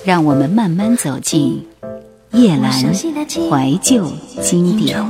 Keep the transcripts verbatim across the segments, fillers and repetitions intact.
让我们慢慢走进夜阑怀旧经典。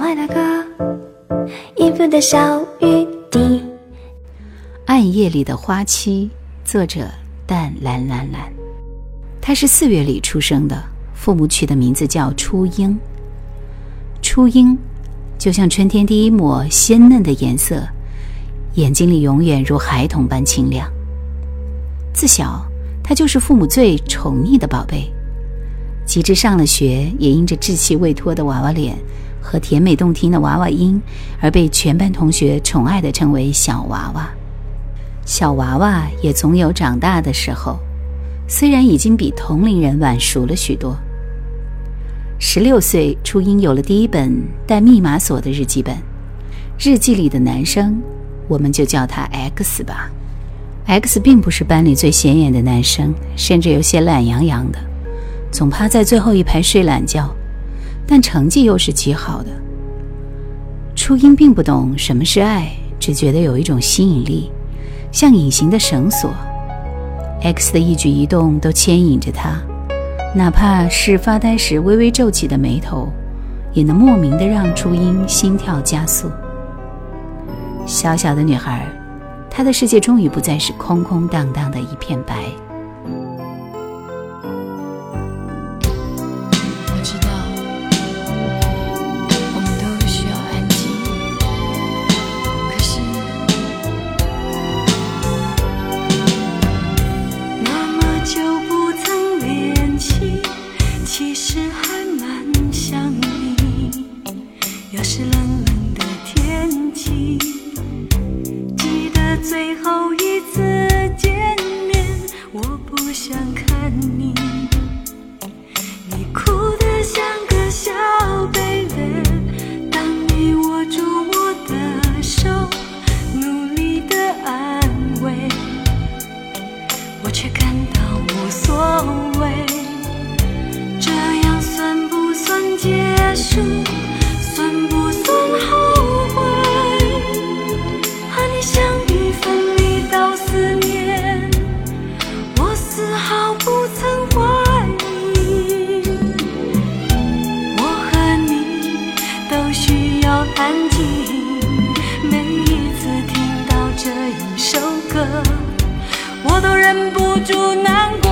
暗夜里的花期，作者淡蓝蓝蓝。他是四月里出生的，父母取的名字叫初樱。初樱就像春天第一抹鲜嫩的颜色，眼睛里永远如孩童般清亮。自小他就是父母最宠溺的宝贝，及至上了学，也因着稚气未脱的娃娃脸和甜美动听的娃娃音而被全班同学宠爱地称为小娃娃。小娃娃也总有长大的时候，虽然已经比同龄人晚熟了许多。十六岁，初樱有了第一本带密码锁的日记本，日记里的男生我们就叫他 X 吧。 X 并不是班里最显眼的男生，甚至有些懒洋洋的，总趴在最后一排睡懒觉，但成绩又是极好的。初樱并不懂什么是爱，只觉得有一种吸引力，像隐形的绳索， X 的一举一动都牵引着他，哪怕是发呆时微微皱起的眉头，也能莫名地让初樱心跳加速。小小的女孩，她的世界终于不再是空空荡荡的一片白。 我知道我们都需要安静，可是那么久不曾联系，其实还蛮想你。又是冷冷的天气，记得最后一次见面，我不想看你，你哭得像个小 baby， 当你握住我的手，努力的安慰，我却感到无所谓。这样算不算结束？算不算后悔？和你相遇分离到思念，我丝毫不曾怀疑。我和你都需要安静，每一次听到这一首歌，我都忍不住难过。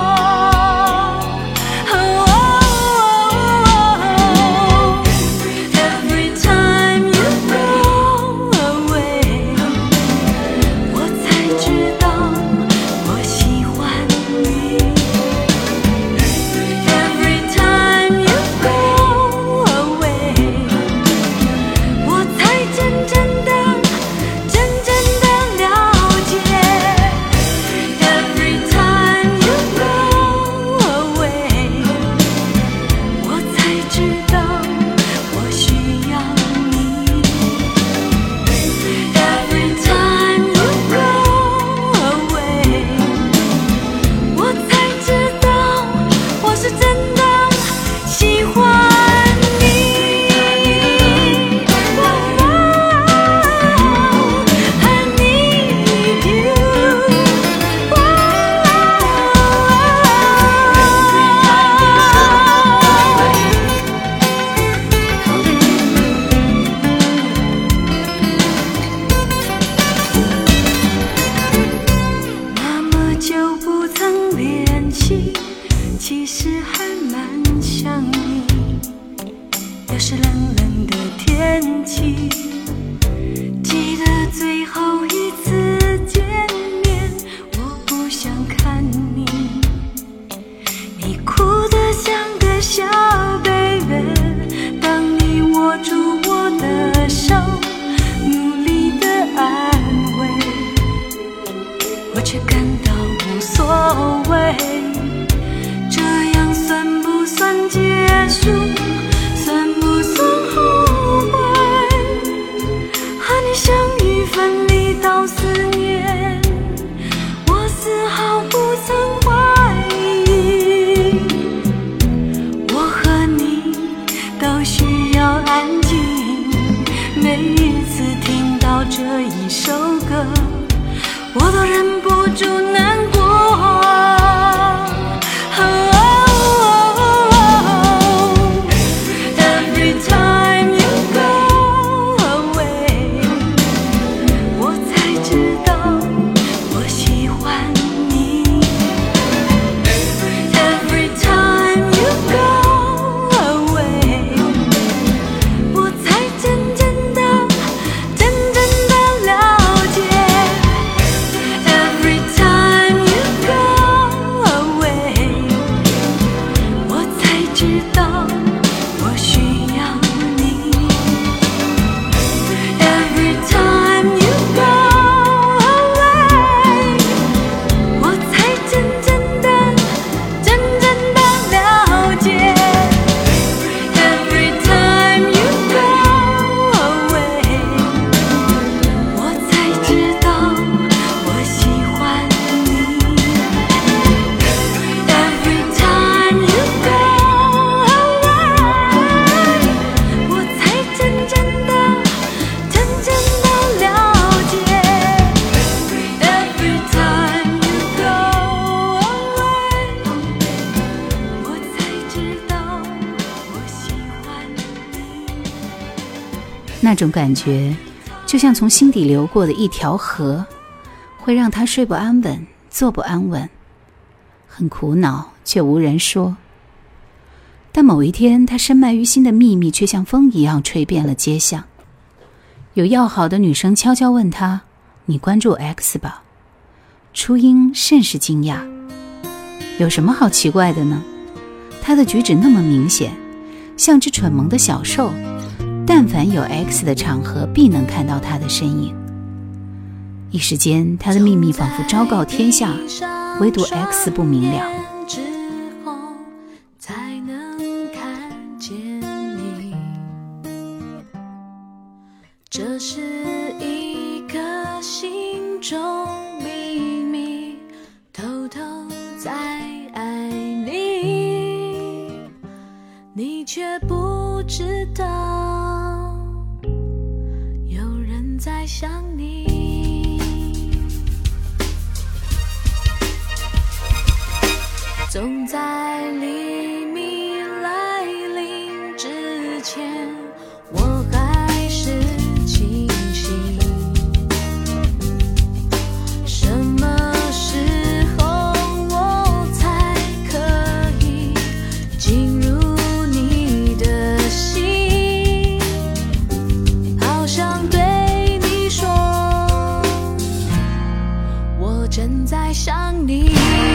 其实还蛮想你，又是冷冷的天气，记得最后一次见面，我不想看你，你哭得像个小 baby， 当你握住我的手，努力的安慰，我却感到无所谓。算不算结束？算不算后悔？和你相遇分离到思念，我丝毫不曾怀疑。我和你都需要安静，每一次听到这一首歌，我都忍不住难过。哦那种感觉就像从心底流过的一条河，会让他睡不安稳，坐不安稳，很苦恼却无人说。但某一天，他深埋于心的秘密却像风一样吹遍了街巷。有要好的女生悄悄问他，你关注 X 吧。初音甚是惊讶，有什么好奇怪的呢？他的举止那么明显，像只蠢萌的小兽，但凡有 X 的场合必能看到他的身影。一时间，他的秘密仿佛昭告天下，唯独 X 不明了。 这是一个心中秘密，偷偷在爱你，你却不知道，有人在想你。总在黎明来临之前，我还是清醒。什么时候我才可以进入你的心？好想对你说，我正在想你。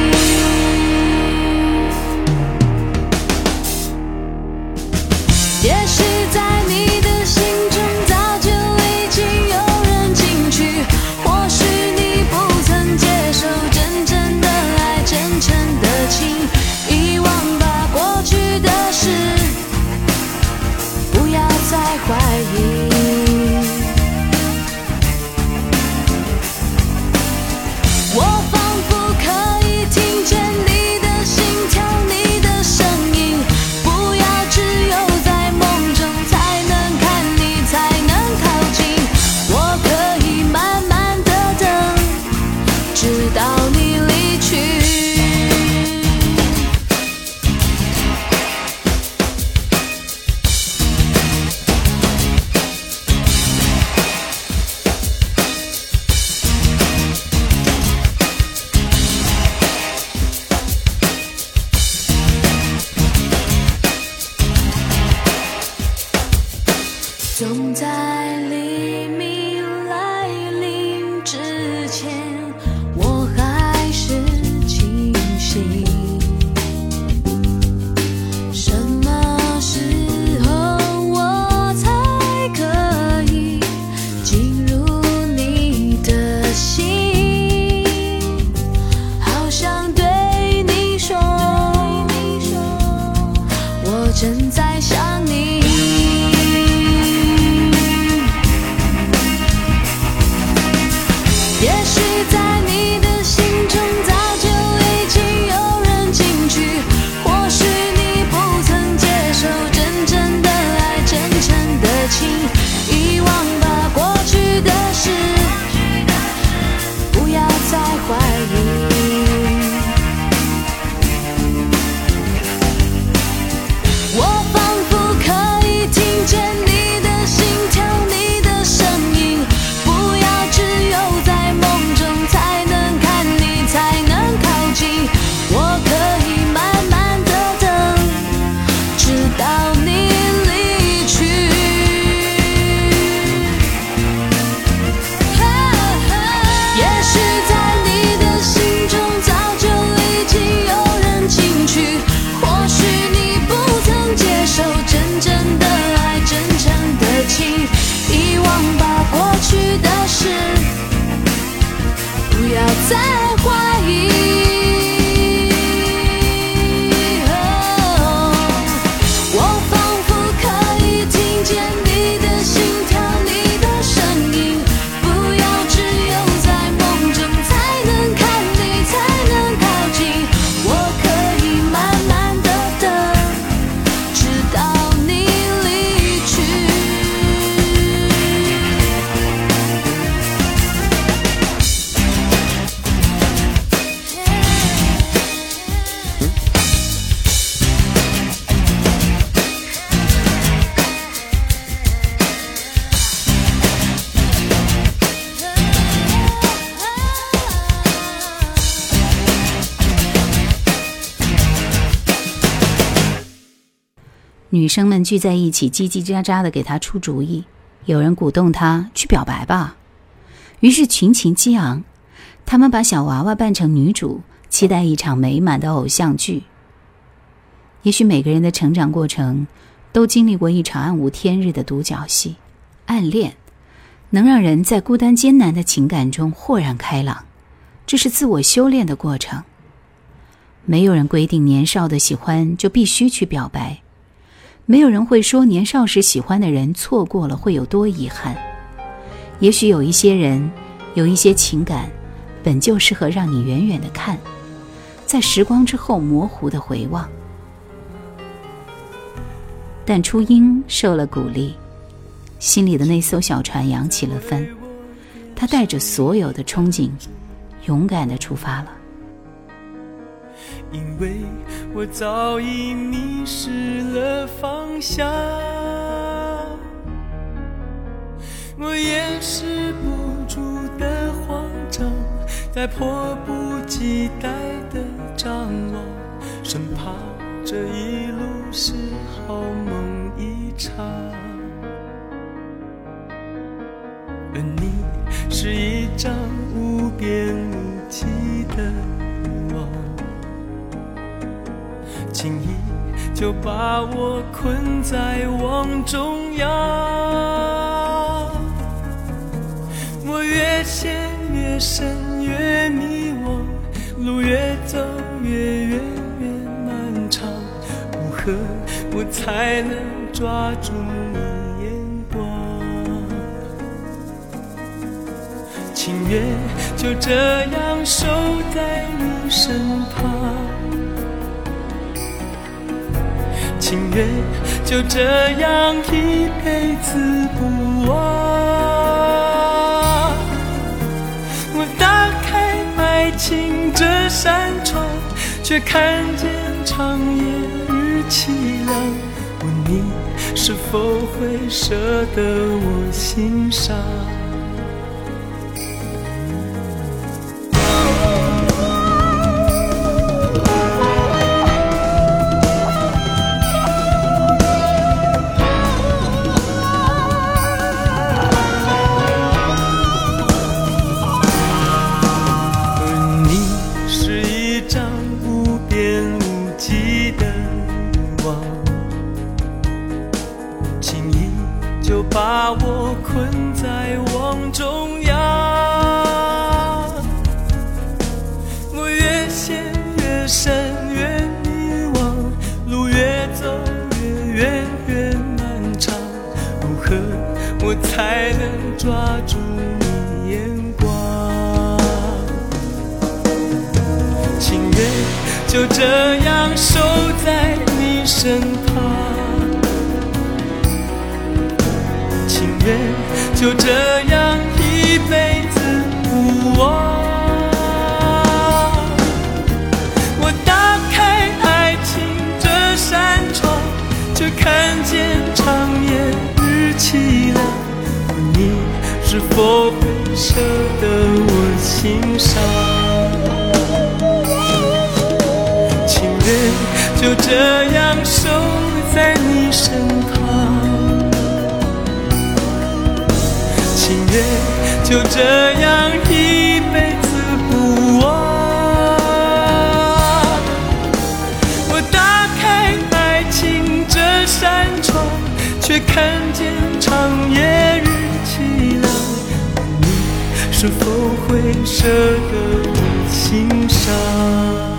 也许在你的心中早就已经有人进去，或许你不曾接受真正的爱，真诚的情，遗忘吧过去的事，不要再怀疑。我仿佛可以听见你的心跳，你的声音，不要只有在梦中才能看你，才能靠近。我可以慢慢的等，直到你离去。总在黎明来临之前，我还是清醒。什么时候我才可以进入你的心？好想对你说，我正在想你。 女生们聚在一起叽叽喳喳地给他出主意，有人鼓动他去表白吧，于是群情激昂，他们把小娃娃扮成女主，期待一场美满的偶像剧。也许每个人的成长过程都经历过一场暗无天日的独角戏，暗恋能让人在孤单艰难的情感中豁然开朗，这是自我修炼的过程。没有人规定年少的喜欢就必须去表白，没有人会说年少时喜欢的人错过了会有多遗憾。也许有一些人，有一些情感本就适合让你远远的看，在时光之后模糊的回望。但初音受了鼓励，心里的那艘小船扬起了帆，他带着所有的憧憬勇敢地出发了。 因为我早已迷失了方向，我掩饰不住的慌张，在迫不及待的张望，生怕这一路是好梦一场。而你是一张无边无际的网，轻易就把我困在网中央。我越陷越深越迷惘，路越走越远越漫长，如何我才能抓住你眼光？情愿就这样守在你身旁，情愿就这样一辈子不忘。我打开爱情这扇窗，却看见长夜日凄凉。问你是否会舍得我心伤？把我困在网中央，我越陷越深越迷惘，路越走越远越漫长，如何我才能抓住你眼光？情愿就这样守在你身旁，就这样一辈子不忘。我打开爱情这扇窗，却看见长夜日凄凉。你是否会舍得我心伤？情愿就这样守在你身旁，情愿就这样一辈子不忘。我打开爱情这扇窗，却看见长夜日凄凉。你是否会舍得我心伤？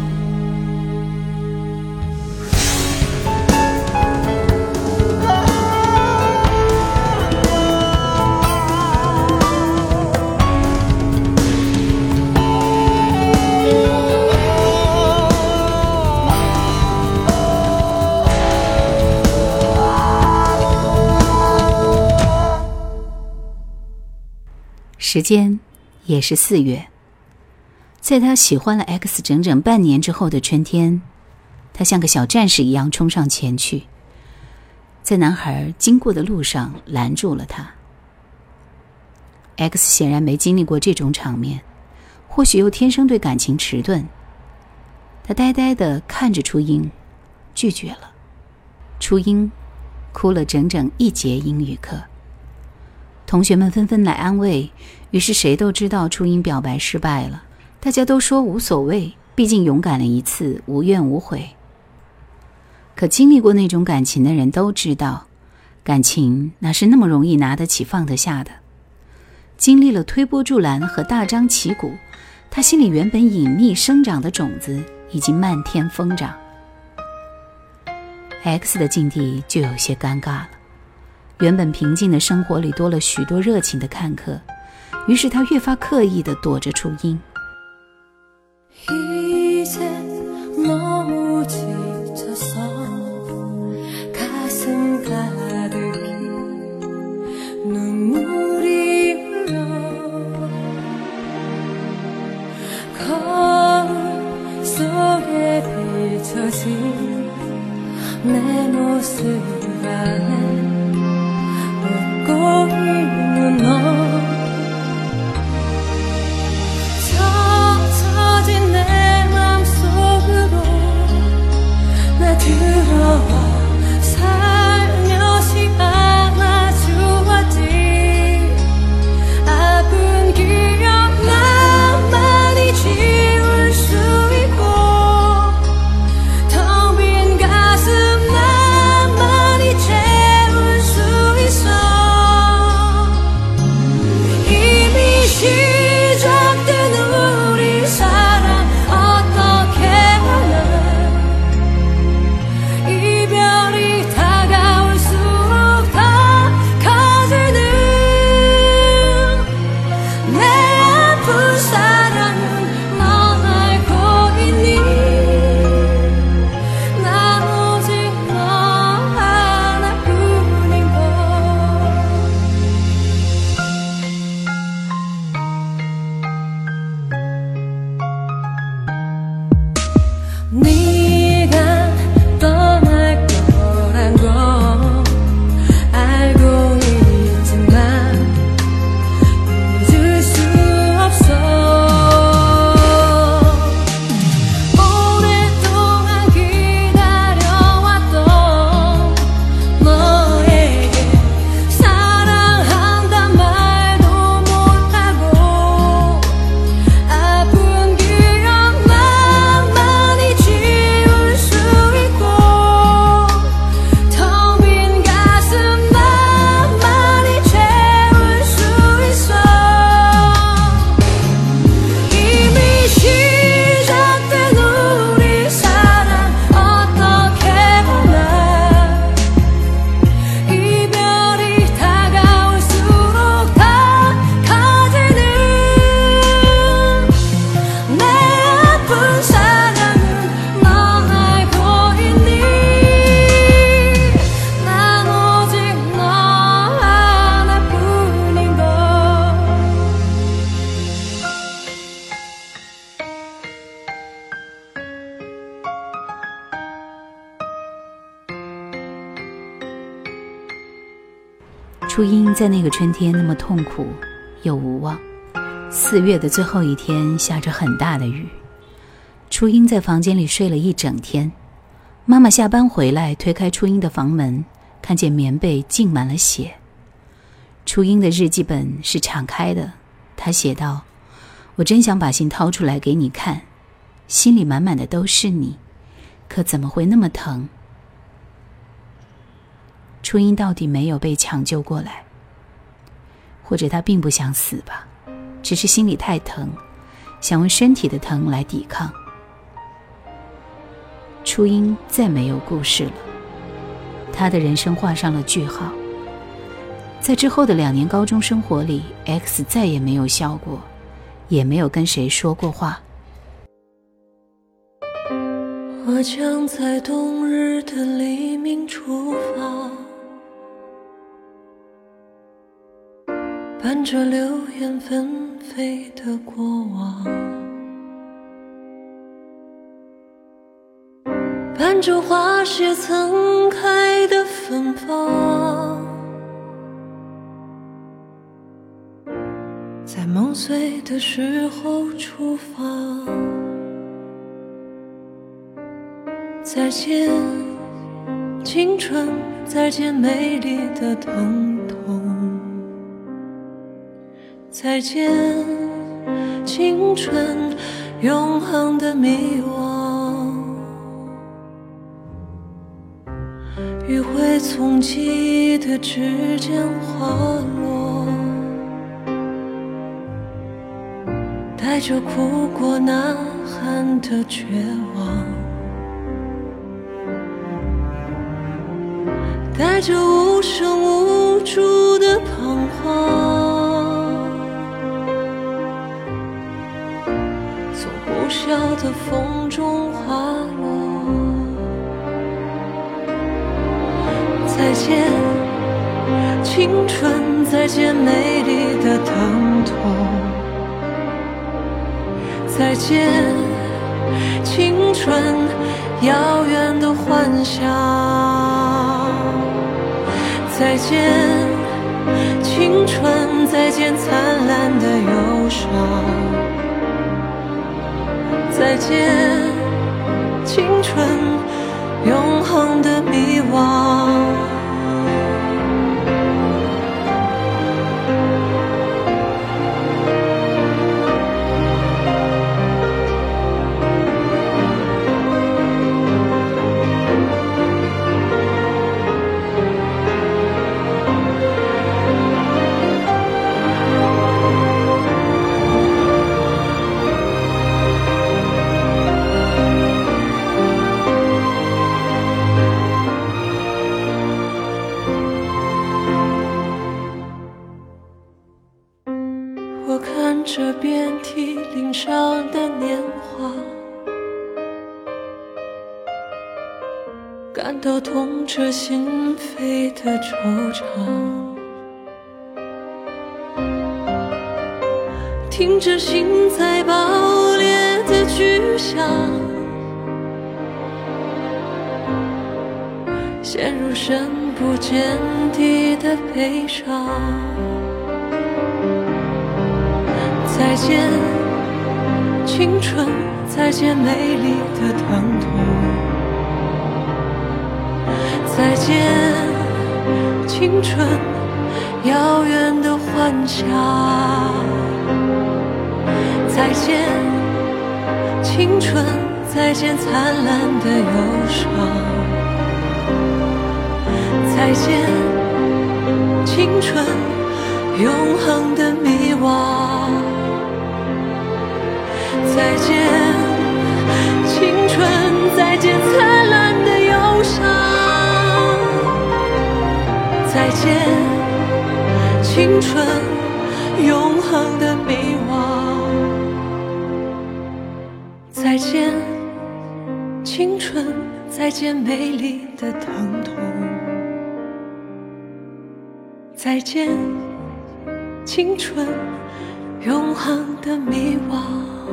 时间也是四月，在他喜欢了 X 整整半年之后的春天，他像个小战士一样冲上前去，在男孩经过的路上拦住了他。X 显然没经历过这种场面，或许又天生对感情迟钝，他呆呆地看着初音，拒绝了。 初音哭了整整一节英语课，同学们纷纷来安慰，于是谁都知道初音表白失败了，大家都说无所谓，毕竟勇敢了一次，无怨无悔。可经历过那种感情的人都知道，感情哪是那么容易拿得起放得下的。经历了推波助澜和大张旗鼓，他心里原本隐秘生长的种子已经漫天疯长。 X 的境地就有些尴尬了，原本平静的生活里多了许多热情的看客，于是他越发刻意地躲着初音。初音在那个春天那么痛苦又无望。四月的最后一天，下着很大的雨，初音在房间里睡了一整天。妈妈下班回来，推开初音的房门，看见棉被浸满了血。初音的日记本是敞开的，她写道：我真想把信掏出来给你看，心里满满的都是你，可怎么会那么疼？初音到底没有被抢救过来，或者她并不想死吧，只是心里太疼，想用身体的疼来抵抗。初音再没有故事了，她的人生画上了句号。在之后的两年高中生活里， X 再也没有笑过，也没有跟谁说过话。 我将在冬日的黎明出发，伴着流言纷飞的过往，伴着花谢曾开的芬芳，在梦碎的时候出发。再见， 青春再见美丽的疼痛，再见青春永恒的迷惘，余晖从记忆的指尖滑落，带着哭过呐喊的绝望，带着无声无助的彷徨，从呼啸的风中滑落。再见青春，再见美丽的疼痛，再见青春遥远的幻想，再见青春，再见灿烂的忧伤，再见青春永恒的迷惘。我看着遍体鳞伤的年华，感到痛彻心扉的惆怅，听着心在爆裂的巨响，陷入深不见底的悲伤。再见青春，再见美丽的疼痛，再见青春遥远的幻想，再见青春，再见灿烂的忧伤，再见青春永恒的迷惘，再见青春，再见灿烂的忧伤，再见青春永恒的迷惘，再见青春，再见美丽的疼痛，再见青春永恒的迷惘。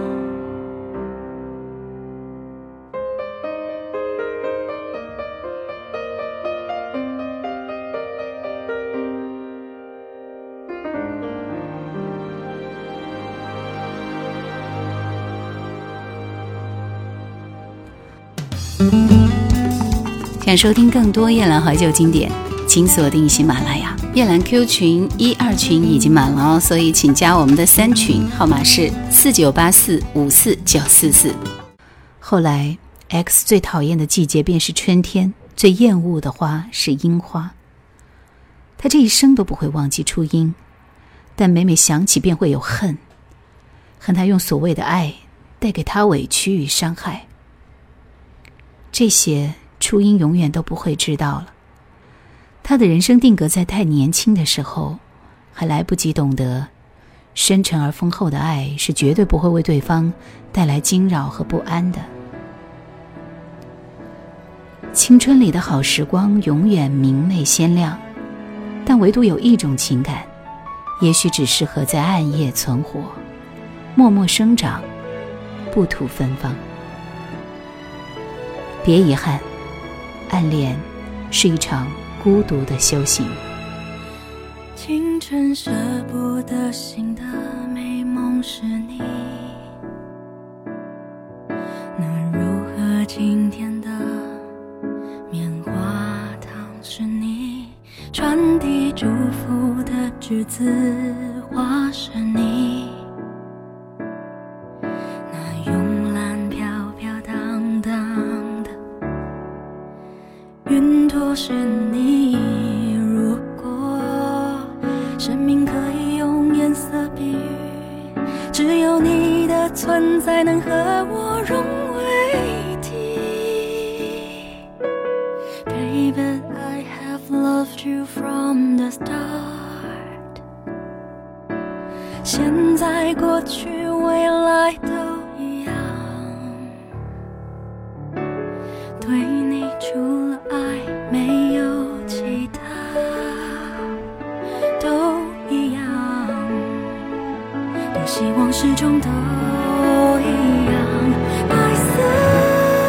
想收听更多夜兰怀旧经典，请锁定喜马拉雅。夜兰 Q 群一二群已经满了哦，所以请加我们的三群，号码是四九八四五四九四四。后来 X 最讨厌的季节便是春天，最厌恶的花是樱花。他这一生都不会忘记初音，但每每想起便会有恨，恨他用所谓的爱带给他委屈与伤害。这些初音永远都不会知道了。他的人生定格在太年轻的时候，还来不及懂得深沉而丰厚的爱是绝对不会为对方带来惊扰和不安的。青春里的好时光永远明媚鲜亮，但唯独有一种情感，也许只适合在暗夜存活，默默生长，不吐芬芳。别遗憾，暗恋是一场孤独的修行。 清晨舍不得醒的美梦是你，能如何今天的棉花栀子花是你，那慵懒飘飘荡荡的云朵是你。如果生命可以用颜色比喻，只有你的存在能和我融为一体。 Baby, I have loved you from the start. 现在过去未来都一样，对你除了爱没有其他，都一样，多希望始终都一样。I still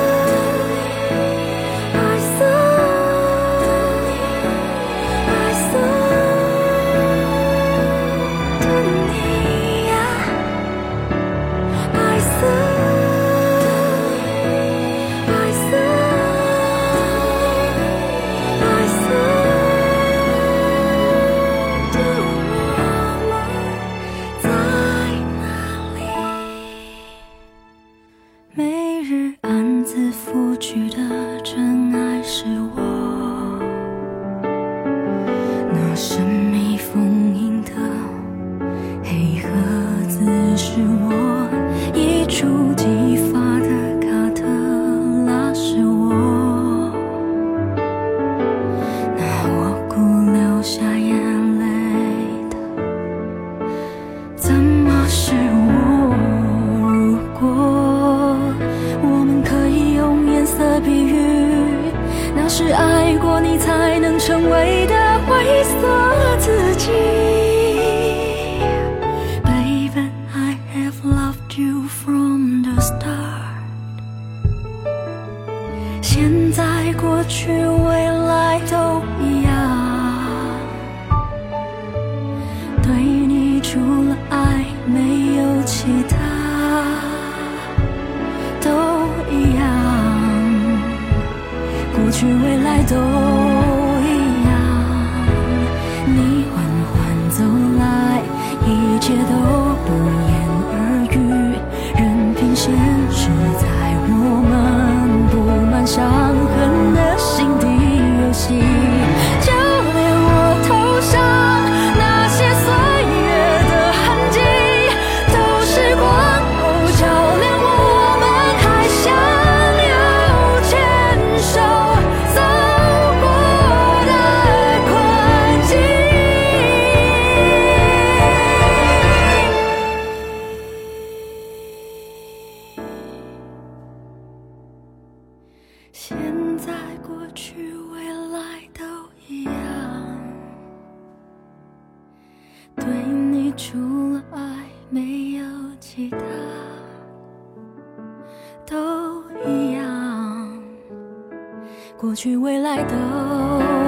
现在过去未来都一样，对你除了爱没有其他，都一样，过去未来都一样。你缓缓走来，一切都不言而喻，任凭现实在我们布满伤痕的心底游戏，就连我头上那些岁月的痕迹，都时光后照亮我们还想要牵手走过的困境。现在过去未来都一样，对你除了爱没有其他，都一样，过去未来都